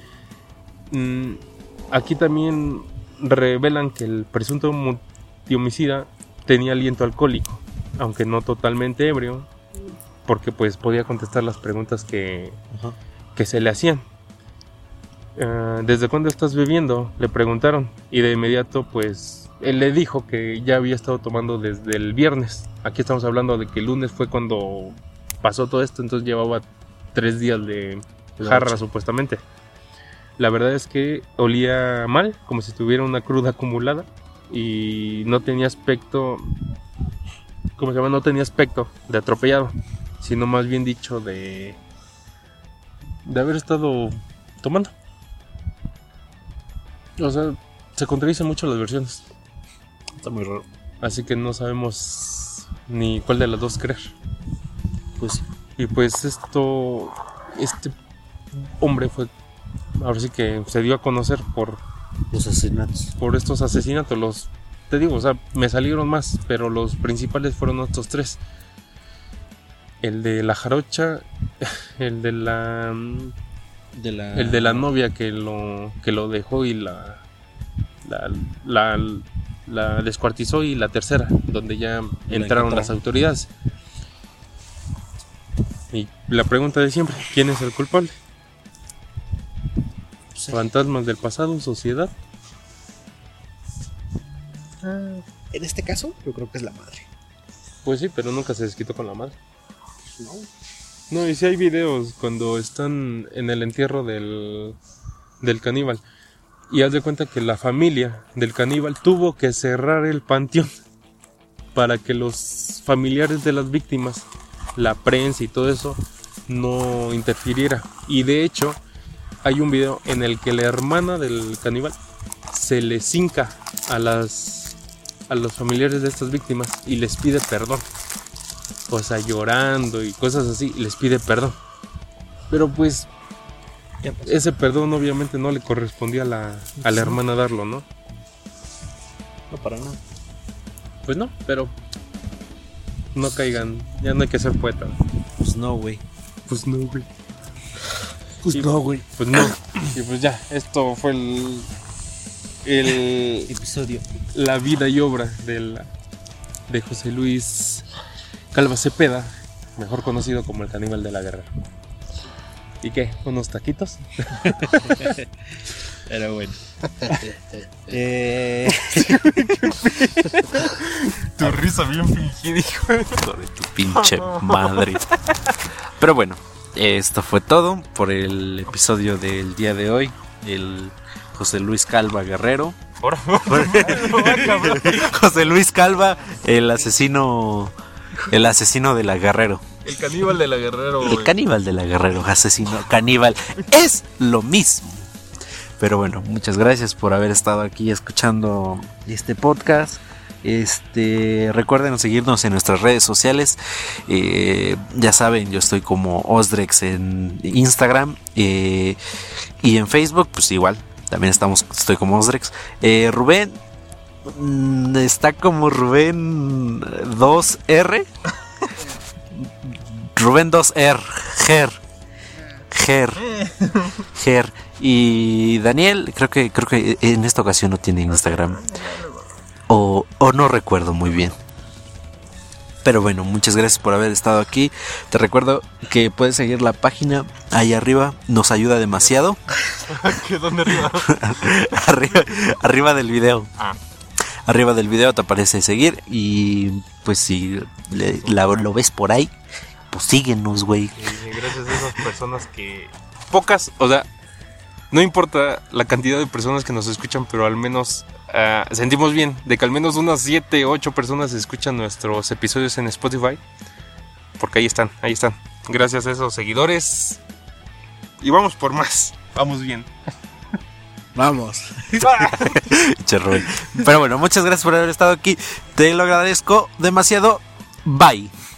Speaker 1: Aquí también revelan que el presunto multihomicida tenía aliento alcohólico, aunque no totalmente ebrio, porque pues podía contestar las preguntas que se le hacían. ¿Desde cuándo estás bebiendo?, le preguntaron, y de inmediato pues él le dijo que ya había estado tomando desde el viernes. Aquí estamos hablando de que el lunes fue cuando pasó todo esto, entonces llevaba 3 días de jarra supuestamente. La verdad es que olía mal, como si tuviera una cruda acumulada, y no tenía aspecto, ¿cómo se llama? No tenía aspecto de atropellado, sino más bien dicho de haber estado tomando. O sea, se contradicen mucho las versiones.
Speaker 3: Está muy raro.
Speaker 1: Así que no sabemos ni cuál de las dos creer.
Speaker 3: Pues sí.
Speaker 1: Y pues este hombre fue, ahora sí que se dio a conocer por
Speaker 3: los asesinatos.
Speaker 1: Por estos asesinatos. Te digo, o sea, me salieron más, pero los principales fueron estos 3. El de la jarocha, el de la novia que lo dejó y la descuartizó, y la tercera, donde ya entraron las autoridades. Y la pregunta de siempre, ¿quién es el culpable? Sí. ¿Fantasmas del pasado, sociedad?
Speaker 2: En este caso, yo creo que es la madre.
Speaker 1: Pues sí, pero nunca se desquitó con la madre. No, y si hay videos cuando están en el entierro del caníbal, y haz de cuenta que la familia del caníbal tuvo que cerrar el panteón para que los familiares de las víctimas, la prensa y todo eso, no interfiriera. Y de hecho hay un video en el que la hermana del caníbal se le hinca a los familiares de estas víctimas y les pide perdón. O sea, llorando y cosas así, les pide perdón. Pero pues ese perdón obviamente no le correspondía a la hermana darlo, ¿no?
Speaker 3: No, para nada.
Speaker 1: Pues no, pero no caigan, ya no hay que ser poeta.
Speaker 3: Pues no, güey.
Speaker 2: Pues no, güey.
Speaker 1: Pues no. Y pues ya, esto fue el
Speaker 3: episodio. La
Speaker 1: vida y obra de José Luis Calva Cepeda, mejor conocido como el caníbal de la Guerrero. ¿Y qué? ¿Unos taquitos?
Speaker 3: Pero bueno.
Speaker 1: Tu risa bien fingida, hijo de
Speaker 3: tu pinche madre. Pero bueno, esto fue todo por el episodio del día de hoy. El José Luis Calva Guerrero. José Luis Calva, el asesino de la Guerrero.
Speaker 1: El caníbal de la Guerrero.
Speaker 3: El caníbal de la Guerrero, asesino, caníbal, es lo mismo. Pero bueno, muchas gracias por haber estado aquí escuchando este podcast. Recuerden seguirnos en nuestras redes sociales. Ya saben, yo estoy como Osdrex en Instagram y en Facebook, pues igual. También estoy como Osdrex. Rubén está como Rubén 2R. Rubén 2R. Ger. Y Daniel, creo que en esta ocasión no tiene Instagram. O no recuerdo muy bien. Pero bueno, muchas gracias por haber estado aquí. Te recuerdo que puedes seguir la página ahí arriba, nos ayuda demasiado.
Speaker 1: ¿Dónde arriba?
Speaker 3: Arriba del video. Arriba del video te aparece seguir. Y pues si lo ves por ahí, pues síguenos, güey.
Speaker 1: Gracias a esas personas que... Pocas, o sea, no importa la cantidad de personas que nos escuchan, pero al menos... sentimos bien de que al menos unas 7 o 8 personas escuchan nuestros episodios en Spotify, porque ahí están. Gracias a esos seguidores. Y vamos por más. Vamos bien.
Speaker 2: Vamos.
Speaker 3: Pero bueno, muchas gracias por haber estado aquí. Te lo agradezco demasiado. Bye.